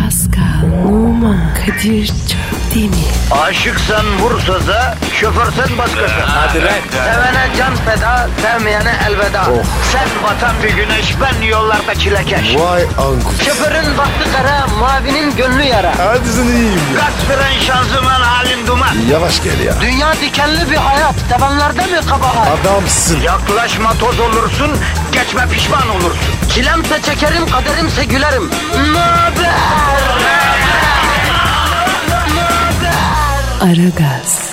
Pascal, Oman, Kadir çok değil mi? Aşıksan vursa da, şoförsen başkasın. Hadi lan. Sevene can feda, sevmeyene elveda. Sen batan bir güneş, ben yollarda çilekeş. Vay anku. Şoförün baktı kara, mavinin gönlü yara. Hadi sen iyiyim ya. Kasperen şanzıman halin duman. Yavaş gel ya. Dünya dikenli bir hayat, sevenlerde mi kabahar? Adamsın. Yaklaşma toz olursun, geçme pişman olursun. Çilemse çekerim, kaderimse gülerim. Möber! Aragaz.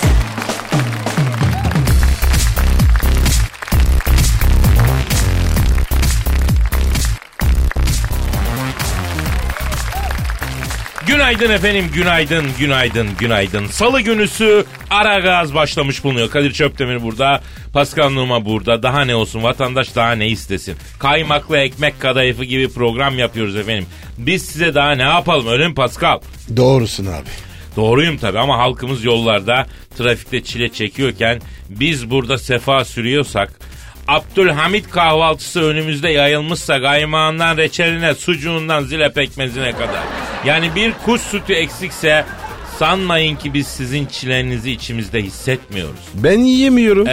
Günaydın efendim, günaydın. Salı günüsü Aragaz başlamış bulunuyor. Kadir Çöptemir burada, Pascal Numa burada. Daha ne olsun, vatandaş daha ne istesin? Kaymaklı ekmek kadayıfı gibi program yapıyoruz efendim. Biz size daha ne yapalım, öyle mi Pascal? Doğrusun abi. Doğruyum tabii ama halkımız yollarda, trafikte çile çekiyorken biz burada sefa sürüyorsak, Abdülhamit kahvaltısı önümüzde yayılmışsa kaymağından reçeline, sucuğundan zile pekmezine kadar. Yani bir kuş sütü eksikse sanmayın ki biz sizin çilenizi içimizde hissetmiyoruz. Ben yiyemiyorum.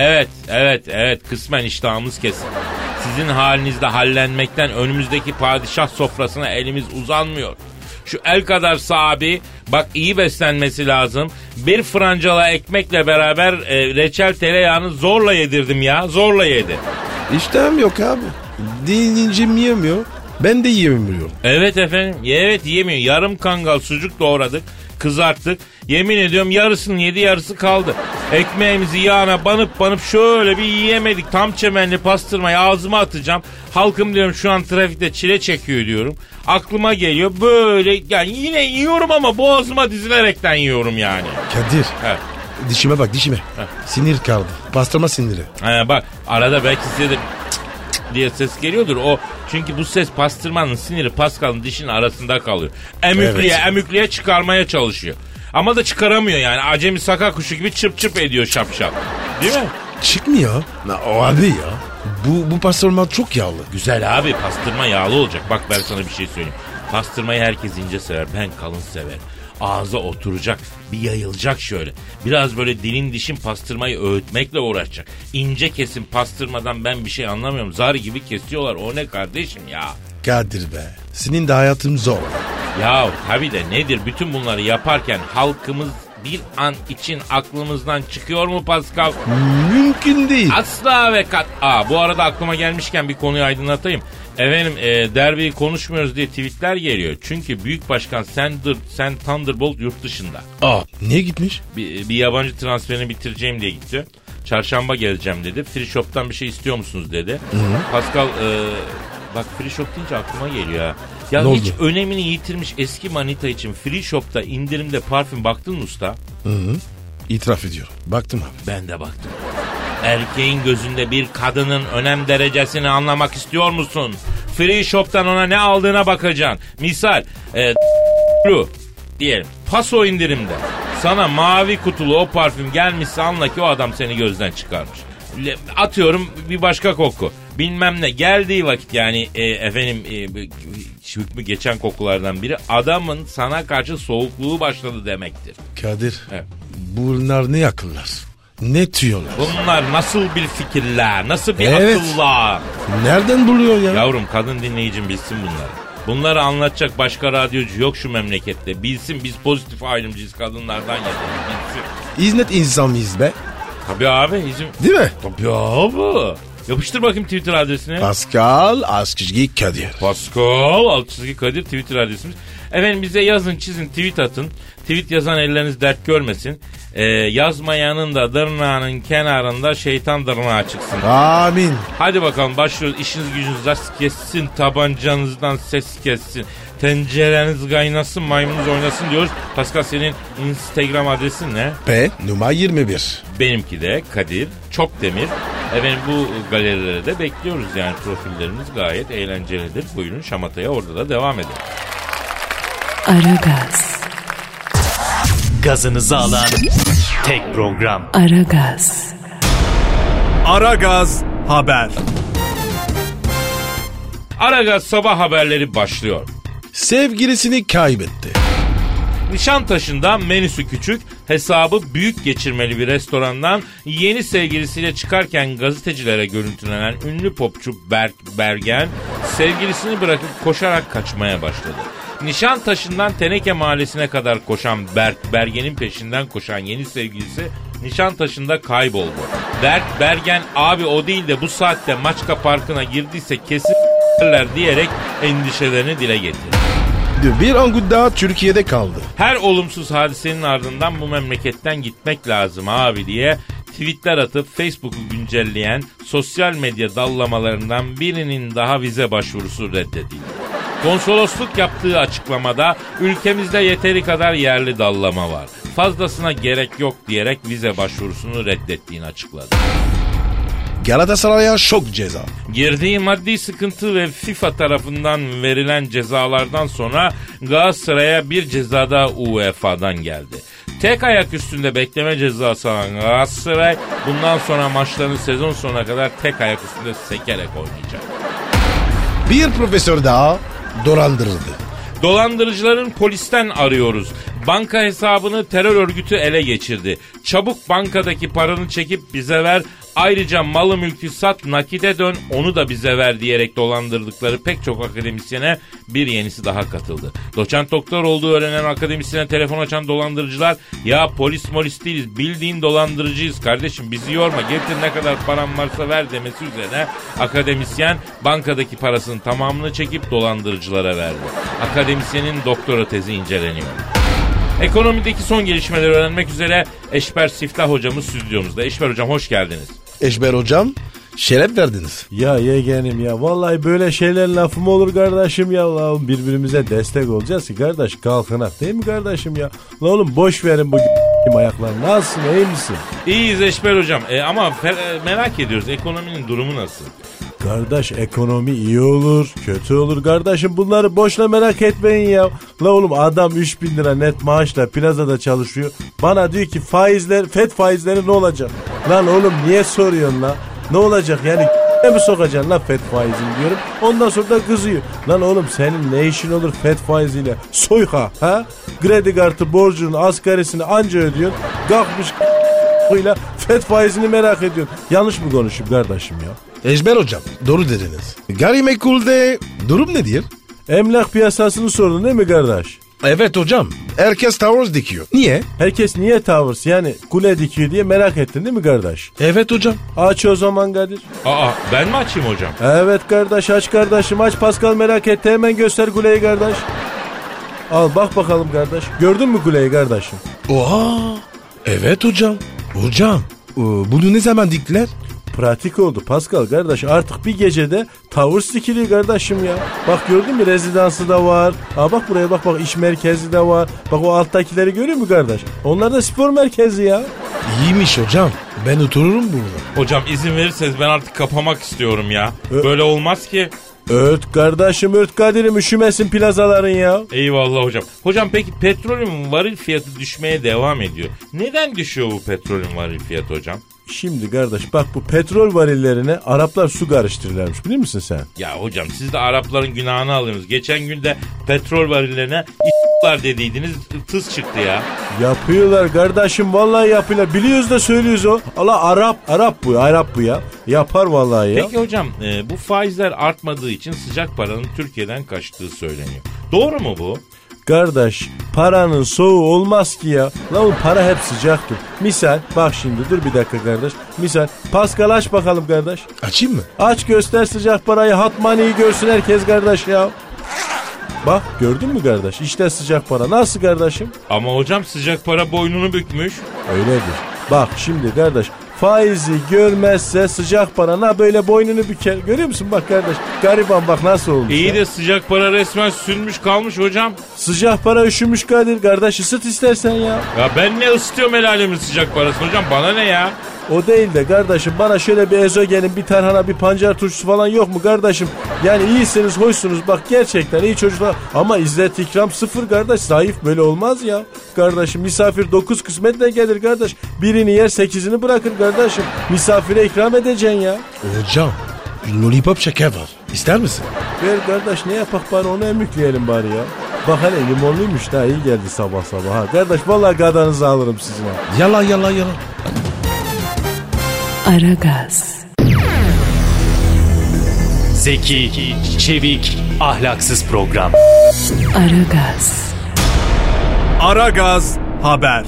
Evet kısmen iştahımız kesin. Sizin halinizde hallenmekten önümüzdeki padişah sofrasına elimiz uzanmıyor. Şu el kadar sahibi bak iyi beslenmesi lazım. Bir francala ekmekle beraber reçel tereyağını zorla yedirdim ya. Zorla yedi. İştahım yok abi. Dinince yiyemiyor. Ben de yiyemiyorum. Evet efendim. Evet yiyemiyor. Yarım kangal sucuk doğradık. Kızarttık. Yemin ediyorum yarısını yedi, yarısı kaldı. Ekmeğimizi yağına banıp şöyle bir yiyemedik. Tam çemenli pastırmayı ağzıma atacağım. Halkım diyorum şu an trafikte çile çekiyor diyorum. Aklıma geliyor böyle, yani yine yiyorum ama boğazıma dizilerekten yiyorum yani. Kadir. Evet. Dişime bak dişime. Sinir kaldı. Pastırma siniri. Bak arada belki size de diye ses geliyordur. O çünkü bu ses pastırmanın siniri Pascal'ın dişinin arasında kalıyor. Emükleye çıkarmaya çalışıyor. Ama da çıkaramıyor yani. Acemi saka kuşu gibi çıp ediyor şapşap. Değil mi? Çıkmıyor. O abi ya. Bu pastırma çok yağlı. Güzel abi, pastırma yağlı olacak. Bak ben sana bir şey söyleyeyim. Pastırmayı herkes ince sever. Ben kalın severim. Ağza oturacak, bir yayılacak şöyle. Biraz böyle dilin dişin pastırmayı öğütmekle uğraşacak. İnce kesim pastırmadan ben bir şey anlamıyorum. Zar gibi kesiyorlar. O ne kardeşim ya? Kadir be. Senin de hayatın zor. Ya tabii de nedir? Bütün bunları yaparken halkımız bir an için aklımızdan çıkıyor mu Pascal? Mümkün değil. Asla ve bu arada aklıma gelmişken bir konuyu aydınlatayım. Efendim derbiyi konuşmuyoruz diye tweetler geliyor. Çünkü Büyük Başkan Sen Thunderbolt yurt dışında. Niye gitmiş? Bir yabancı transferini bitireceğim diye gitti. Çarşamba geleceğim dedi. Free Shop'tan bir şey istiyor musunuz dedi. Hı-hı. Pascal bak Free Shop deyince aklıma geliyor ha. Ya ne hiç oldu? önemini yitirmiş eski manita için Free Shop'ta indirimde parfüm baktın mı usta? Hı. İtiraf ediyorum. Baktım abi. Ben de baktım. Erkeğin gözünde bir kadının önem derecesini anlamak istiyor musun? Free Shop'tan ona ne aldığına bakacaksın. Misal diyelim Paso indirimde. Sana mavi kutulu o parfüm gelmişse anla ki o adam seni gözden çıkarmış. Atıyorum bir başka koku. Bilmem ne geldiği vakit yani hükmü geçen kokulardan biri adamın sana karşı soğukluğu başladı demektir. Kadir, evet. Bunlar ne akıllar? Ne tüyolar? Bunlar nasıl bir fikirler, nasıl bir akıllar? Nereden buluyor ya? Yavrum kadın dinleyicim bilsin bunları. Bunları anlatacak başka radyocu yok şu memlekette. Bilsin biz pozitif ayrımcıyız, kadınlardan yeteriz bilsin. Hizmet insan mıyız be? Tabii abi. Değil mi? Tabii abi. Yapıştır bakayım Twitter adresini. Pascal Askizgi Kadir. Pascal Askizgi Kadir Twitter adresimiz. Efendim bize yazın, çizin, tweet atın. Tweet yazan elleriniz dert görmesin. Yazmayanın da dırnağının kenarında şeytan dırnağı çıksın. Amin. Hadi bakalım başlıyoruz. İşiniz gücünüz rast kessin. Tabancanızdan ses kessin. Tencereniz kaynasın, maymununuz oynasın diyoruz. Pascal senin Instagram adresin ne? P numara 21. Benimki de Kadir Çopdemir. Efendim bu galerilere de bekliyoruz yani, profillerimiz gayet eğlencelidir. Buyurun şamataya, orada da devam edelim. Aragaz. Gazınızı alan tek program. Aragaz. Aragaz haber. Aragaz sabah haberleri başlıyor. sevgilisini kaybetti. Nişantaşı'nda menüsü küçük, hesabı büyük geçirmeli bir restorandan yeni sevgilisiyle çıkarken gazetecilere görüntülenen ünlü popçu Berk Bergen sevgilisini bırakıp koşarak kaçmaya başladı. Nişantaşı'ndan Teneke Mahallesi'ne kadar koşan Berk Bergen'in peşinden koşan yeni sevgilisi Nişantaşı'nda kayboldu. Berk Bergen abi o değil de bu saatte Maçka Parkı'na girdiyse kesin diyerek endişelerini dile getirdi. Bir angut daha Türkiye'de kaldı. Her olumsuz hadisenin ardından bu memleketten gitmek lazım abi diye tweetler atıp Facebook'u güncelleyen sosyal medya dallamalarından birinin daha vize başvurusu reddedildi. Konsolosluk yaptığı açıklamada ülkemizde yeteri kadar yerli dallama var. Fazlasına gerek yok diyerek vize başvurusunu reddettiğini açıkladı. Galatasaray'a şok ceza. Girdiği maddi sıkıntı ve FIFA tarafından verilen cezalardan sonra Galatasaray'a bir ceza da UEFA'dan geldi. Tek ayak üstünde bekleme cezası alan Galatasaray bundan sonra maçlarını sezon sonuna kadar tek ayak üstünde sekerek oynayacak. Bir profesör daha dolandırıldı. Dolandırıcıların polisten arıyoruz. Banka hesabını terör örgütü ele geçirdi. Çabuk bankadaki paranı çekip bize ver. Ayrıca malı mülkü sat, nakite dön, onu da bize ver diyerek dolandırdıkları pek çok akademisyene bir yenisi daha katıldı. Doçent doktor olduğu öğrenen akademisyene telefon açan dolandırıcılar ya polis değiliz bildiğin dolandırıcıyız kardeşim bizi yorma getir ne kadar param varsa ver demesi üzerine akademisyen bankadaki parasının tamamını çekip dolandırıcılara verdi. Akademisyenin doktora tezi inceleniyor. Ekonomideki son gelişmeleri öğrenmek üzere Eşber Siftah hocamız stüdyomuzda. Eşber hocam hoş geldiniz. Eşber hocam şeref verdiniz. Ya yeğenim ya vallahi böyle şeyler lafı mı olur kardeşim ya birbirimize destek olacağız ki kardeş kalkınak değil mi kardeşim ya? La oğlum boş verin bu ayaklarını nasılsın iyi misin? İyiyiz Eşber hocam ama merak ediyoruz ekonominin durumu nasıl? Kardeş ekonomi iyi olur, kötü olur kardeşim bunları boşuna merak etmeyin ya. La oğlum adam 3.000 lira net maaşla plazada çalışıyor. Bana diyor ki faizler, FED faizleri ne olacak? Lan oğlum niye soruyorsun la? Ne olacak yani mi sokacaksın la FED faizini diyorum. Ondan sonra da kızıyor. Lan oğlum senin ne işin olur FED faiziyle? Soyka ha? Kredi kartı borcunun asgarisini anca ödüyorsun. Kalkmış ile FED faizini merak ediyorsun. Yanlış mı konuşayım kardeşim ya? Eşber hocam doğru dediniz. Gayrimenkulde durum nedir? Emlak piyasasını sordun değil mi kardeş? Evet hocam. Herkes tavır dikiyor. Niye? Herkes niye tavır yani kule dikiyor diye merak ettin değil mi kardeş? Evet hocam. Aç o zaman Kadir. Ben mi açayım hocam? Evet kardeş aç kardeşim aç Pascal merak etti hemen göster kuleyi kardeş. Al bak bakalım kardeş. Gördün mü kuleyi kardeşim? Oha. Evet hocam. Hocam bunu ne zaman diktiler? Pratik oldu Pascal kardeş artık bir gecede tavır sikiliyor kardeşim ya. Bak gördün mü rezidansı da var. Bak buraya bak iş merkezi de var. Bak o alttakileri görüyor musun kardeş? Onlar da spor merkezi ya. İyiymiş hocam. Ben otururum burada. Hocam izin verirseniz ben artık kapamak istiyorum ya. Böyle olmaz ki. Öt kardeşim öt Kadir'im üşümesin plazaların ya. Eyvallah hocam. Hocam peki petrolün varil fiyatı düşmeye devam ediyor. Neden düşüyor bu petrolün varil fiyatı hocam? Şimdi kardeş bak bu petrol varillerine Araplar su karıştırırlarmış biliyor musun sen? Ya hocam siz de Arapların günahını alıyorsunuz. Geçen gün de petrol varillerine İ***lar dediydiniz tıs çıktı ya. Yapıyorlar kardeşim vallahi yapıyorlar. Biliyoruz da söylüyoruz o. Allah Arap bu ya. Yapar vallahi ya. Peki hocam bu faizler artmadığı için sıcak paranın Türkiye'den kaçtığı söyleniyor. Doğru mu bu? Kardeş paranın soğuğu olmaz ki ya. Lan para hep sıcaktır. Misal bak şimdi dur bir dakika kardeş. Misal Pascal aç bakalım kardeş. Açayım mı? Aç göster sıcak parayı hot money'i görsün herkes kardeş ya. Bak gördün mü kardeş işte sıcak para nasıl kardeşim? Ama hocam sıcak para boynunu bükmüş. Öyledir. Bak şimdi kardeş faizi görmezse sıcak parana böyle boynunu büker. Görüyor musun bak kardeş gariban bak nasıl olmuş. İyi de sıcak para resmen sünmüş kalmış hocam. Sıcak para üşümüş Kadir kardeş ısıt istersen ya. Ya ben ne ısıtıyorum el alemin sıcak parası hocam bana ne ya? O değil de kardeşim bana şöyle bir ezogelin bir tarhana bir pancar turşusu falan yok mu kardeşim? Yani iyisiniz hoşsunuz bak gerçekten iyi çocuklar ama izzet ikram sıfır kardeş zayıf böyle olmaz ya. Kardeşim misafir 9 kısmetle gelir kardeş birini yer 8'ini bırakır kardeşim misafire ikram edeceksin ya. Hocam lollipop şeker var. İster misin? Ver kardeş, ne yapak bari onu emükleyelim bari ya. Bak hele limonluymuş da iyi geldi sabah sabah ha. Kardeş vallahi gadanızı alırım sizin ha. Yalan. Aragaz, Zeki, çevik, ahlaksız program. Aragaz, Aragaz Haber.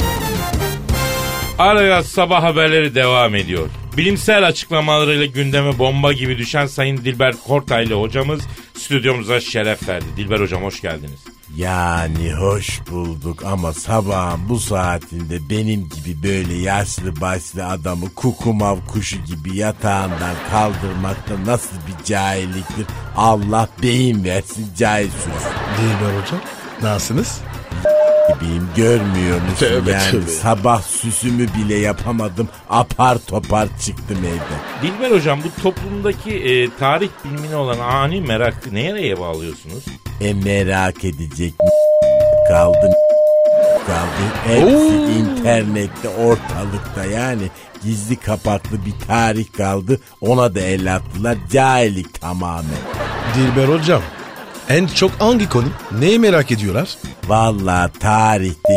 Aragaz sabah haberleri devam ediyor. Bilimsel açıklamalarıyla gündeme bomba gibi düşen Sayın Dilber Kortaylı hocamız stüdyomuza şeref verdi. Dilber hocam hoş geldiniz. Yani hoş bulduk ama sabahın bu saatinde benim gibi böyle yaşlı başlı adamı kukumav kuşu gibi yatağından kaldırmakta nasıl bir cahilliktir? Allah beyin versin cahil sürsün. Dilber hocam. Nasılsınız? Gibiyim, görmüyor musun? Tövbe, yani tövbe. sabah süsümü bile yapamadım, apar topar çıktım evden. Dilber hocam bu toplumdaki tarih bilimine olan ani merak nereye bağlıyorsunuz? Merak edecek kaldı. Hepsi internette, ortalıkta, yani gizli kapaklı bir tarih kaldı. Ona da el attılar, cahillik tamamen. Dilber hocam. En çok hangi konu? Neyi merak ediyorlar? Vallahi tarihte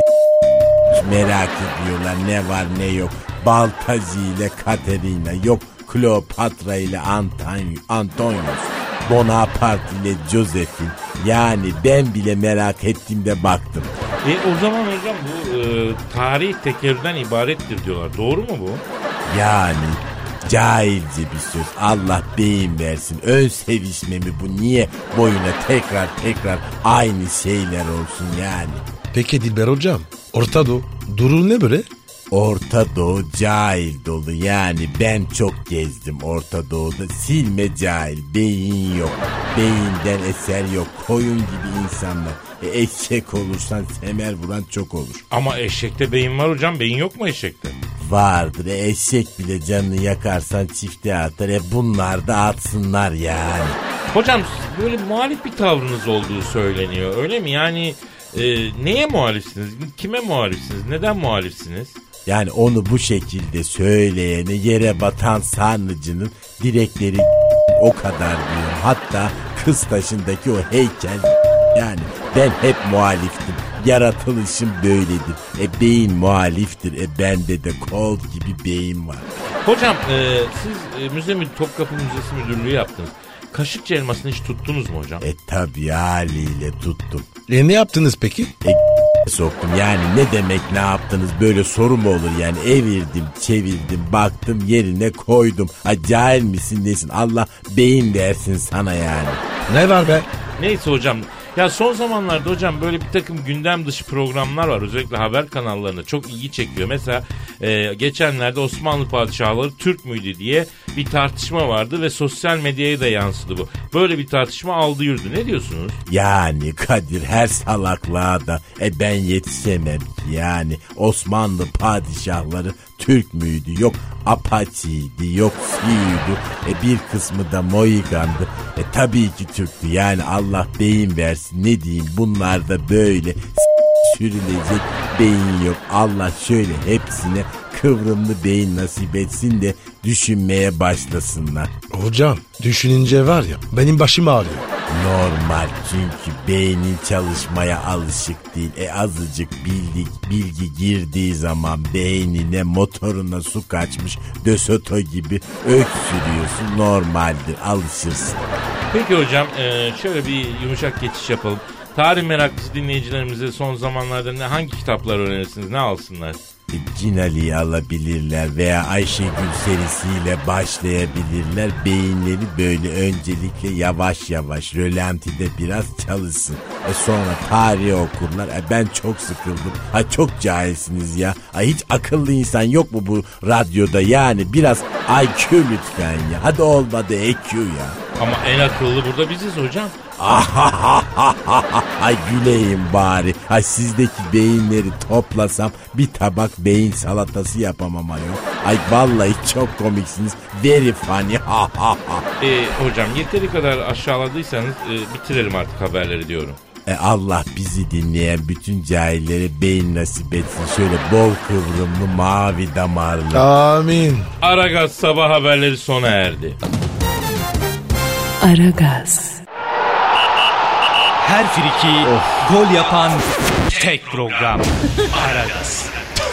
merak ediyorlar, ne var ne yok. Baltazı ile Katerina, yok Kleopatra ile Antonius, Bonaparte ile Josephine. Yani ben bile merak ettiğimde baktım. O zaman hocam bu tarih tekerrürden ibarettir diyorlar. Doğru mu bu? Yani cahilce bir söz. Allah beyin versin. Ön sevişme mi bu? Niye boyuna tekrar aynı şeyler olsun yani? Peki Dilber hocam. Orta Doğu. Durum ne böyle? Orta Doğu cahil dolu. Yani ben çok gezdim Orta Doğu'da. Silme cahil. Beyin yok. Beyinden eser yok. Koyun gibi insanlar. Eşek olursan semer vuran çok olur. Ama eşekte beyin var hocam. Beyin yok mu eşekte? Vardır. Eşek bile canını yakarsan çifte atar. Bunlar da atsınlar yani. Hocam böyle muhalif bir tavrınız olduğu söyleniyor. Öyle mi? Yani neye muhalifsiniz? Kime muhalifsiniz? Neden muhalifsiniz? Yani onu bu şekilde söyleyene yere batan sarnıcının direkleri o kadar diyorum. Hatta Kıztaşı'ndaki o heykel, yani ben hep muhaliftim. Yaratılışım böyledir. Beyin muhaliftir. Bende de kol gibi beyin var. Hocam siz Topkapı Müzesi müdürlüğü yaptınız. Kaşıkçı elmasını hiç tuttunuz mu hocam? Tabii haliyle tuttum. Ne yaptınız peki? Soktum. Yani ne demek ne yaptınız, böyle soru mu olur yani? Evirdim çevirdim, baktım yerine koydum. Cahil misin nesin? Allah beyin versin sana yani. Ne var be? Neyse hocam. Ya son zamanlarda hocam böyle bir takım gündem dışı programlar var. Özellikle haber kanallarında çok ilgi çekiyor. Mesela geçenlerde Osmanlı padişahları Türk müydü diye bir tartışma vardı ve sosyal medyaya da yansıdı bu. Böyle bir tartışma aldı yürüdü. Ne diyorsunuz? Yani Kadir, her salaklığa da ben yetişemem ki. Yani Osmanlı padişahları Türk müydü? Yok Apache'ydi, yok Siyu'ydu. Bir kısmı da Moigan'dı. Tabii ki Türk'tü. Yani Allah beyin versin, ne diyeyim, bunlar da böyle sürülecek beyin yok. Allah şöyle hepsine kıvrımlı beyin nasip etsin de düşünmeye başlasınlar. Hocam düşününce var ya benim başım ağrıyor. Normal, çünkü beynin çalışmaya alışık değil. Azıcık bilgi girdiği zaman beynine, motoruna su kaçmış DeSoto gibi öksürüyorsun, normaldir, alışırsın. Peki hocam şöyle bir yumuşak geçiş yapalım. Tarih meraklısı dinleyicilerimize son zamanlarda hangi kitaplar önerirsiniz, ne alsınlar? Cinali'yi alabilirler veya Ayşegül serisiyle başlayabilirler. Beyinleri böyle öncelikle yavaş yavaş rölantide biraz çalışsın. Sonra tarihi okurlar. Ben çok sıkıldım. Çok cahilsiniz ya. Hiç akıllı insan yok mu bu radyoda? Yani biraz IQ lütfen ya. Hadi olmadı EQ ya. Ama en akıllı burada biziz hocam. Ay güleyim bari. Sizdeki beyinleri toplasam bir tabak beyin salatası yapamam ayol. Ay vallahi çok komiksiniz. Very funny. Hocam yeteri kadar aşağıladıysanız bitirelim artık haberleri diyorum. Allah bizi dinleyen bütün cahillere beyin nasip etsin. Şöyle bol kıvrımlı, mavi damarlı. Amin. Aragaz sabah haberleri sona erdi. Aragaz. Her friki gol yapan tek program. Aragaz.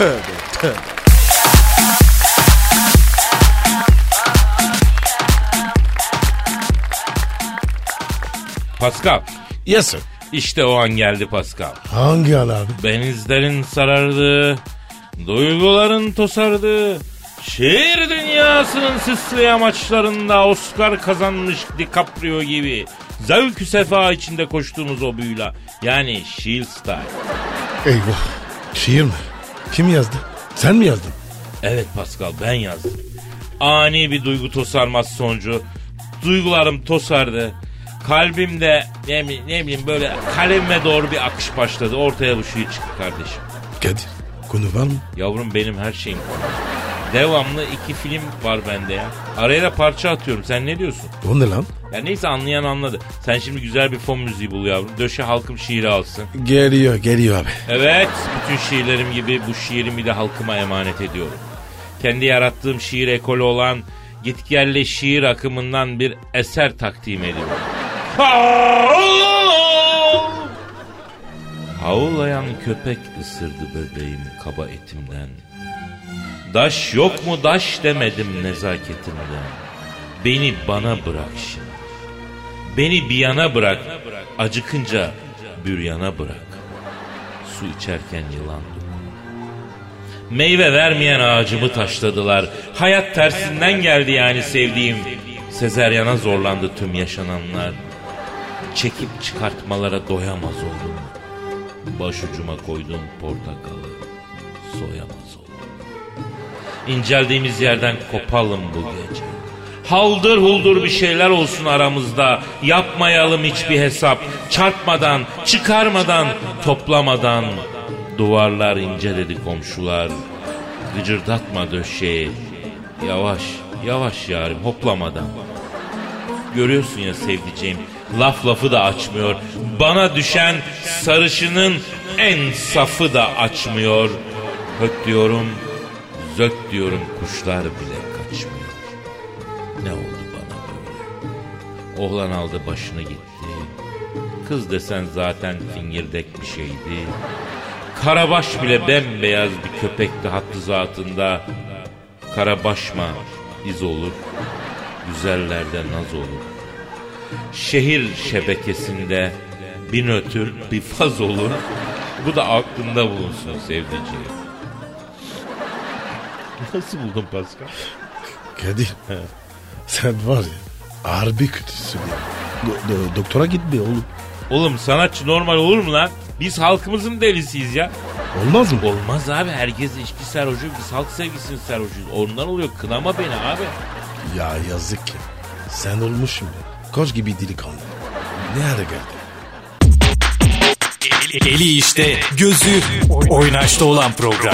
Pascal. Yes sir. İşte o an geldi Pascal. Hangi an abi? Benizlerin sarardı, duyguların tosardı. Şehir dünyasının sisli amaçlarında Oscar kazanmış DiCaprio gibi zevk-ü sefa içinde koştuğumuz o büyüla. Yani Shield Style. Eyvah. Şiir mi? Kim yazdı? Sen mi yazdın? Evet Pascal, ben yazdım. Ani bir duygu tosarması sonucu duygularım tosardı. Kalbimde ne bileyim böyle kaleme doğru bir akış başladı. Ortaya bu şiir çıktı kardeşim. Kadir, konu var mı? Yavrum benim her şeyim konu. Devamlı 2 film var bende ya. Araya da parça atıyorum. Sen ne diyorsun? O ne lan? Ya neyse, anlayan anladı. Sen şimdi güzel bir fon müziği bul yavrum. Döşe halkım şiiri alsın. Geliyor abi. Evet, bütün şiirlerim gibi bu şiirimi de halkıma emanet ediyorum. Kendi yarattığım şiir ekolü olan Gitgelli şiir akımından bir eser takdim ediyorum. Havlayan köpek ısırdı bebeğim kaba etimden. Daş yok mu daş demedim nezaketimden. Beni bana bırak şimdi. Beni bir yana bırak. Acıkınca büryana bırak. Su içerken yılandım. Meyve vermeyen ağacımı taşladılar. Hayat tersinden geldi yani sevdiğim. Sezeryana zorlandı tüm yaşananlar. Çekip çıkartmalara doyamaz oldum. Başucuma koyduğum portakalı soyamaz oldum. İnceldiğimiz yerden kopalım bu gece. Haldır huldur bir şeyler olsun aramızda. Yapmayalım hiçbir hesap. Çarpmadan, çıkarmadan, toplamadan. Duvarlar ince dedi komşular. Gıcırdatma döşeği. Yavaş, yavaş yarim, hoplamadan. Görüyorsun ya sevdiceğim, lafı da açmıyor. Bana düşen sarışının en safı da açmıyor. Höt diyorum, zöt diyorum, kuşlar bile kaçmıyor. Ne oldu bana böyle? Oğlan aldı başını gitti. Kız desen zaten fingirdek bir şeydi. Karabaş bile bembeyaz bir köpekti hattı zatında. Karabaşma iz olur, güzellerde naz olur. Şehir şebekesinde bir nötr bir faz olur. Bu da aklında bulunsun sevdiceğim. Nasıl buldun Pascal? Kadir, sen var ya harbi kötüsün ya. Doktora git be oğlum. Oğlum sanatçı normal olur mu lan? Biz halkımızın delisiyiz ya. Olmaz mı? Olmaz abi, herkes içki sarhoşu, biz halk sevgisinin sarhoşuyuz. Ondan oluyor, kınama beni abi. Ya yazık ya. Sen olmuşsun ya. Koç gibi delikanlı. Ne hale geldi? Eli işte, gözü oynaşta olan program.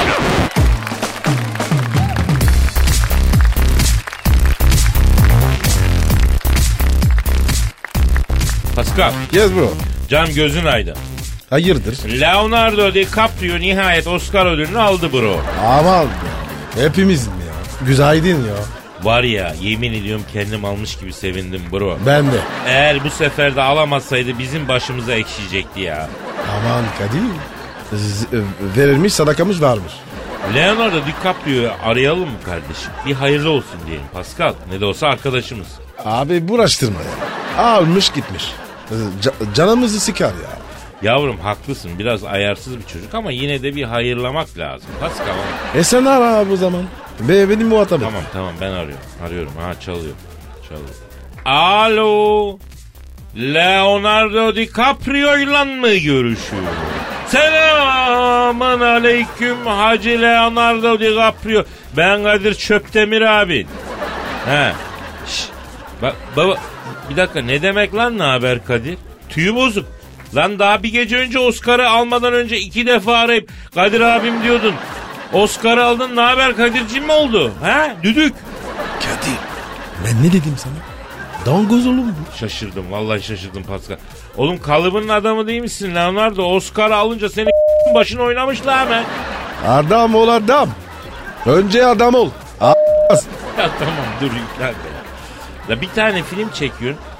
Pascal, Yes bro. can gözün aydın. Hayırdır? Leonardo DiCaprio nihayet Oscar ödülünü aldı bro. Aman be. Hepimizin ya. Güzaydın ya. Var ya, yemin ediyorum kendim almış gibi sevindim bro. Ben de. Eğer bu sefer de alamasaydı bizim başımıza ekşiyecekti ya. Aman Kadir. Verilmiş sadakamız varmış. Leonardo DiCaprio'yu arayalım mı kardeşim? Bir hayırlı olsun diyelim Pascal. Ne de olsa arkadaşımız. Abi buğraştırma ya. Almış gitmiş. Canımızı sıkar ya. Yavrum haklısın, biraz ayarsız bir çocuk ama yine de bir hayırlamak lazım Pascal. Sen ara bu zaman. Benim muhatabım. Tamam ben arıyorum. Ha, çalıyor. Alo, Leonardo DiCaprio ile mi görüşüyor? Selamun aleyküm Hacı Leonardo DiCaprio. Ben Kadir Çöptemir abi. He. Baba bir dakika, ne demek lan ne haber Kadir? Tüyü bozuk. Lan daha bir gece önce Oscar'ı almadan önce 2 defa arayıp Kadir abim diyordun. Oscar'ı aldın, ne haber Kadir'cim mi oldu? He düdük. Kadir ben ne dedim sana? Dangoz oğlum bu. Şaşırdım, vallahi şaşırdım Pascal. Oğlum kalıbının adamı değil misin Leonardo? Oscar'ı alınca seni başını oynamışlar hemen. Adam ol adam. Önce adam ol. Ya tamam dur yüklenme ya. Ya bir tane film çekiyorsun.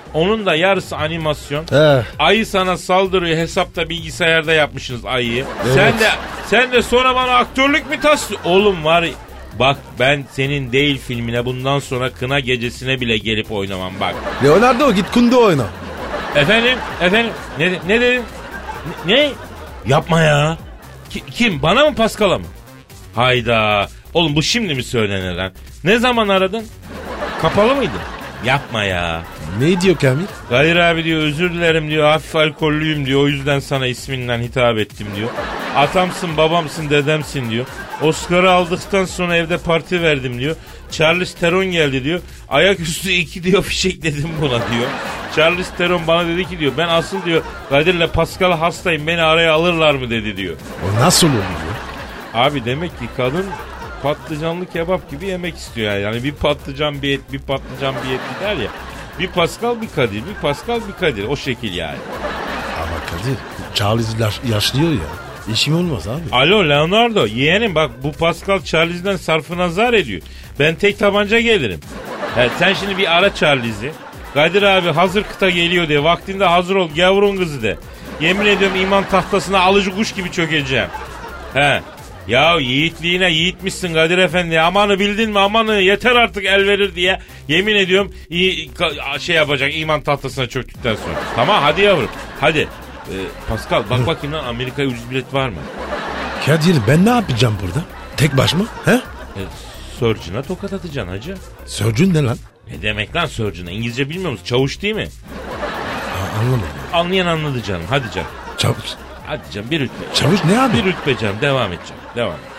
Onun da yarısı animasyon. Ayı sana saldırıyor, hesapta bilgisayarda yapmışsınız ayıyı. Evet. Sen de sonra bana aktörlük mü taslıyorsun? Oğlum var ya, bak ben senin değil filmine bundan sonra kına gecesine bile gelip oynamam bak. Leonardo git kundu oyna. Efendim ne dedin? Ne? Yapma ya. Kim? Bana mı Pascal'a mı? Hayda. Oğlum bu şimdi mi söylenir lan? Ne zaman aradın? Kapalı mıydı? Yapma ya. Ne diyor Kamil? Kadir abi diyor özür dilerim diyor, hafif alkollüyüm diyor, o yüzden sana isminden hitap ettim diyor. Atamsın, babamsın, dedemsin diyor. Oscar'ı aldıktan sonra evde parti verdim diyor. Charles Theron geldi diyor. Ayaküstü 2 diyor fişekledim buna diyor. Charles Theron bana dedi ki diyor, ben asıl diyor Kadir'le Pascal hastayım, beni araya alırlar mı dedi diyor. O nasıl oluyor? Abi demek ki kadın patlıcanlı kebap gibi yemek istiyor yani. Yani bir patlıcan bir et, bir patlıcan bir et gider ya. Bir Pascal bir Kadir, bir Pascal bir Kadir, o şekil yani. Ama Kadir, Charles yaşlıyor ya. İşim olmaz abi. Alo Leonardo, yeğenim bak bu Pascal Charles'den sarfı nazar ediyor. Ben tek tabanca gelirim. Sen şimdi bir ara Charles'i. Kadir abi hazır kıta geliyor diye, vaktinde hazır ol gavurun kızı de. Yemin ediyorum iman tahtasına alıcı kuş gibi çökeceğim. Ya yiğitliğine yiğitmişsin Kadir Efendi. Amanı bildin mi, amanı yeter artık el verir diye. Yemin ediyorum şey yapacak iman tahtasına çöktükten sonra. Tamam hadi yavrum hadi. Pascal bak bakayım lan, Amerika'ya ucuz bilet var mı? Kadir ben ne yapacağım burada? Tek başıma? Surgeon'a tokat atacaksın hacı. Surgeon ne lan? Ne demek lan surgeon'a? İngilizce bilmiyor musun? Çavuş değil mi? Anlamadım. Anlayan anladı canım. Hadi canım. Çavuş. Hadi canım bir rütbe. Çavuş ne abi? Bir rütbe canım. Devam et canım. Devam et.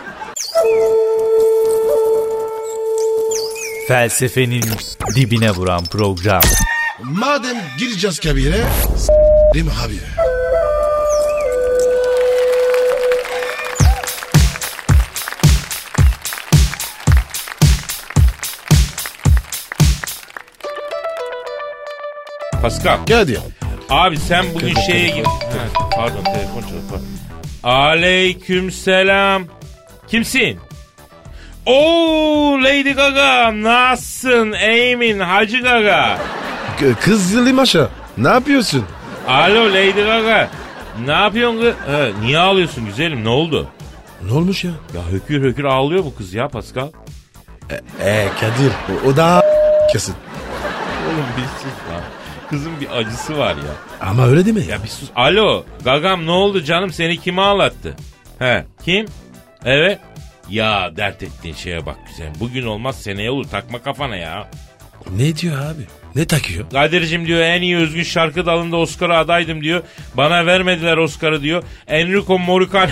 Felsefenin dibine vuran program. Madem gireceğiz kabire, s*****im abi. Pascal. Gel diyor. Abi sen bugün şeye git. Pardon telefon çalıyor. Aleykümselam. Kimsin? Oo Lady Gaga, nasılsın? Emin Hacı Gaga. Kız Limaşa, ne yapıyorsun? Alo Lady Gaga. Ne yapıyorsun kız? Niye ağlıyorsun güzelim, ne oldu? Ne olmuş ya? Ya hökür hökür ağlıyor bu kız ya Pascal. Kadir o da kesin. Oğlum bir sus lan. Kızın bir acısı var ya. Ama öyle değil mi? Ya bir sus. Alo Gagam, ne oldu canım, seni kim ağlattı? Kim? Evet. Ya dert ettiğin şeye bak güzelim. Bugün olmaz seneye olur, takma kafana ya. Ne diyor abi? Ne takıyor? Kadir'cim diyor en iyi özgün şarkı dalında Oscar'a adaydım diyor. Bana vermediler Oscar'ı diyor. Enrico Morricone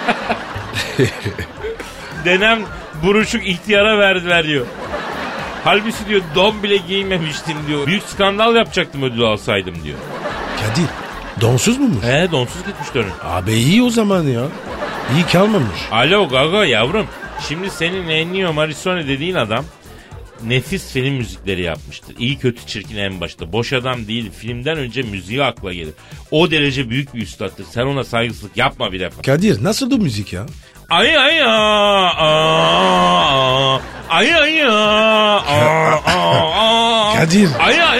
denen buruşuk ihtiyara verdiler diyor. Halbuki diyor don bile giymemiştim diyor. Büyük skandal yapacaktım ödül alsaydım diyor. Kadir donsuz muymuş? Donsuz gitmiş dönün. Abi iyi o zaman ya. İyi kalmamış. Alo Gaga yavrum. Şimdi senin Ennio Morricone dediğin adam nefis film müzikleri yapmıştır. İyi kötü çirkin en başta. Boş adam değil. Filmden önce müziği akla gelir. O derece büyük bir üstattır. Sen ona saygısızlık yapma bir defa. Kadir nasıl bu müzik ya? Ay ay ay ay Kadir. Ay ay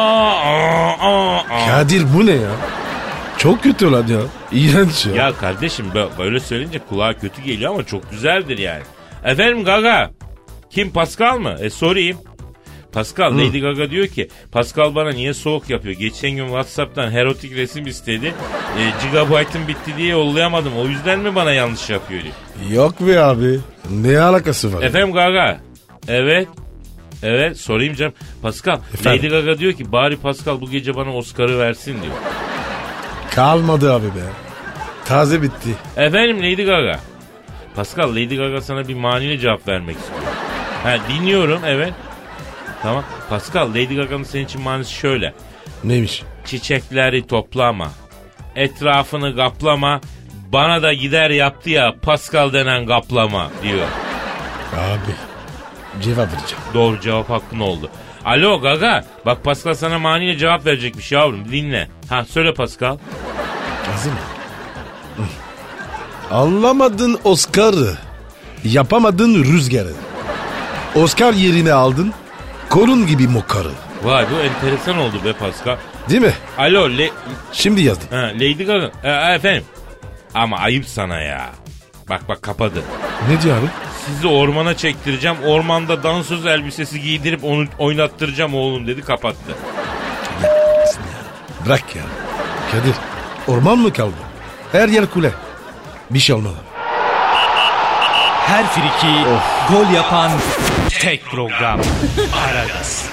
Kadir bu ne ya? Çok kötü lan ya. İğrenç ya. Ya kardeşim böyle söyleyince kulağa kötü geliyor ama çok güzeldir yani. Efendim Gaga. Kim, Pascal mı? Sorayım. Pascal, Lady Gaga diyor ki Pascal bana niye soğuk yapıyor? Geçen gün WhatsApp'tan erotik resim istedi. Gigabyte'ım bitti diye yollayamadım. O yüzden mi bana yanlış yapıyor diyor. Yok be abi. Ne alakası var? Efendim Gaga. Evet sorayım canım. Pascal, efendim? Lady Gaga diyor ki bari Pascal bu gece bana Oscar'ı versin diyor. Kalmadı abi be. Taze bitti. Efendim Lady Gaga. Pascal, Lady Gaga sana bir maniyle cevap vermek istiyor. Dinliyorum evet. Tamam. Pascal, Lady Gaga'nın senin için manisi şöyle. Neymiş? Çiçekleri toplama. Etrafını kaplama. Bana da gider yaptı ya Pascal denen kaplama diyor. Abi cevap vereceğim. Doğru cevap hakkın oldu. Alo Gaga. Bak Pascal sana maniyle cevap verecekmiş yavrum. Dinle. Söyle Pascal. Hazır mı? Anlamadın Oscar'ı. Yapamadın rüzgarı. Oscar yerine aldın. Korun gibi mokarı. Vay bu enteresan oldu be Pascal. Değil mi? Alo Şimdi yazdım. Lady Gaga. Efendim. Ama ayıp sana ya. Bak kapadı. Ne diyor abi? Sizi ormana çektireceğim. Ormanda dansöz elbisesi giydirip onu oynattıracağım oğlum dedi, kapattı. Bırak ya. Kadir, orman mı kaldı? Her yer kule. Bir şey olmadı. Her friki gol yapan tek program. Aragaz.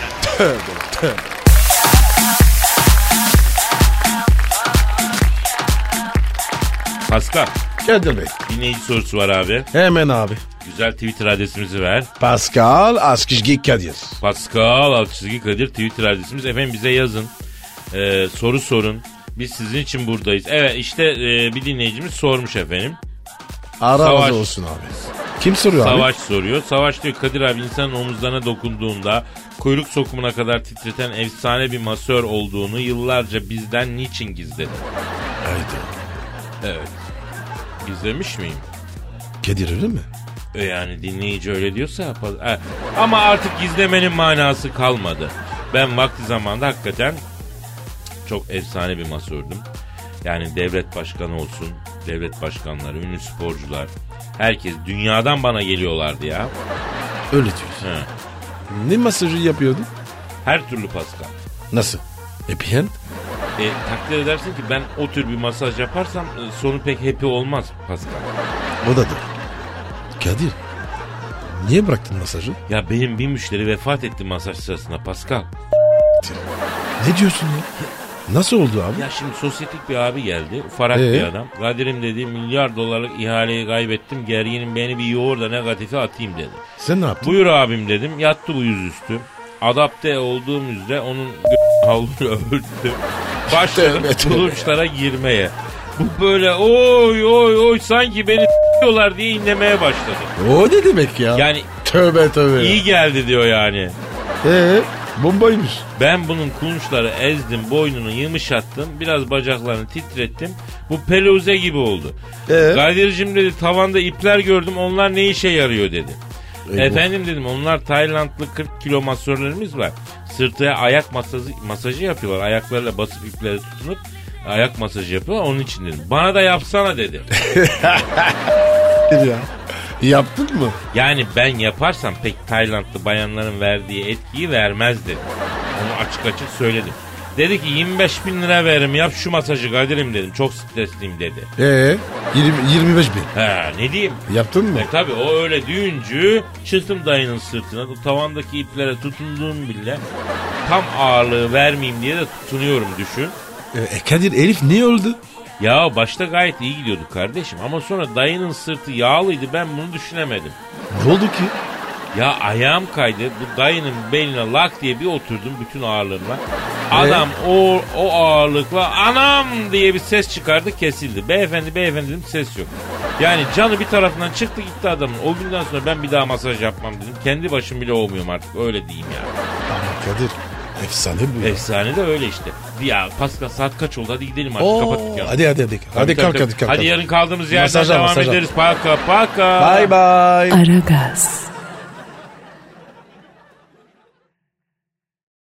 Pascal, Kadir Bey. dinleyici sorusu var abi. Hemen abi. Güzel Twitter adresimizi ver. Pascal Askizgi Kadir. Pascal Altçizgi Kadir Twitter adresimiz. Efendim bize yazın. Soru sorun. Biz sizin için buradayız. Evet işte bir dinleyicimiz sormuş efendim. Razı olsun abi. Kim soruyor abi? Savaş soruyor. Savaş diyor, Kadir abi insanın omuzlarına dokunduğunda kuyruk sokumuna kadar titreten efsane bir masör olduğunu yıllarca bizden niçin gizledi? Haydi. Evet. Gizlemiş miyim? Kadir öyle mi? Yani dinleyici öyle diyorsa yapalım. Ama artık gizlemenin manası kalmadı. Ben vakti zamanında hakikaten çok efsane bir masördüm. Yani devlet başkanı olsun, devlet başkanları, ünlü sporcular, herkes dünyadan bana geliyorlardı ya. Öyle diyorsun. He. Ne masajı yapıyordun? Her türlü Pascal. Nasıl? Happy end? Takdir edersin ki ben o tür bir masaj yaparsam sonu pek happy olmaz Pascal. O da doğru. Kadir, niye bıraktın masajı? Ya benim bir müşteri vefat etti masaj sırasında Pascal. Ne diyorsun ya? Nasıl oldu abi? Ya şimdi sosyetik bir abi geldi. Farak bir adam. Kadir'im dedi, milyar dolarlık ihaleyi kaybettim. Gerginim, beni bir yoğur da negatife atayım dedi. Sen ne yaptın? Buyur abim dedim. Yattı bu yüzüstü. Adapte olduğum üzere onun havlunu örttüm. Başladım buluşlara girmeye. Bu böyle oy sanki beni diyorlar diye inlemeye başladı. O ne demek ya? Yani tövbe. iyi geldi diyor yani. Bombaymış. Ben bunun kulunçları ezdim, boynunu yumuşattım, biraz bacaklarını titrettim. Bu peluze gibi oldu. Kadir'cim dedi, tavanda ipler gördüm, onlar ne işe yarıyor dedi. Efendim dedim, onlar Taylandlı 40 kilo masörlerimiz var. Sırtıya ayak masajı yapıyorlar. Ayaklarıyla basıp ipleri tutunup ayak masajı yapıyorlar, onun için dedim. Bana da yapsana dedi. Ya. Yaptın mı? Yani ben yaparsam pek Taylandlı bayanların verdiği etkiyi vermez dedi. Onu açık söyledim. Dedi ki 25 bin lira veririm, yap şu masajı Kadir'im dedim. Çok stresliyim dedi. 25 bin. Ne diyeyim? Yaptın mı? Tabii o öyle düğüncü çıktım dayının sırtına. O tavandaki iplere tutunduğum bile tam ağırlığı vermeyeyim diye de tutunuyorum düşün. Kadir Elif niye öldü? Ya başta gayet iyi gidiyordu kardeşim ama sonra dayının sırtı yağlıydı, ben bunu düşünemedim. Ne oldu ki? Ya ayağım kaydı, bu dayının beline lak diye bir oturdum bütün ağırlığımla. Adam o ağırlıkla anam diye bir ses çıkardı, kesildi. Beyefendi dedim, ses yok. Yani canı bir tarafından çıktı gitti adamın. O günden sonra ben bir daha masaj yapmam dedim. Kendi başım bile olmuyorum artık, öyle diyeyim yani. Ama Kadir efsane bu. Efsane de öyle işte. Ya Pascal saat kaç oldu, hadi gidelim artık, kapattık ya. Hadi kalk. Hadi yarın kaldığımız yerden Masaja. devam ederiz. Paka. Bye. Aragaz.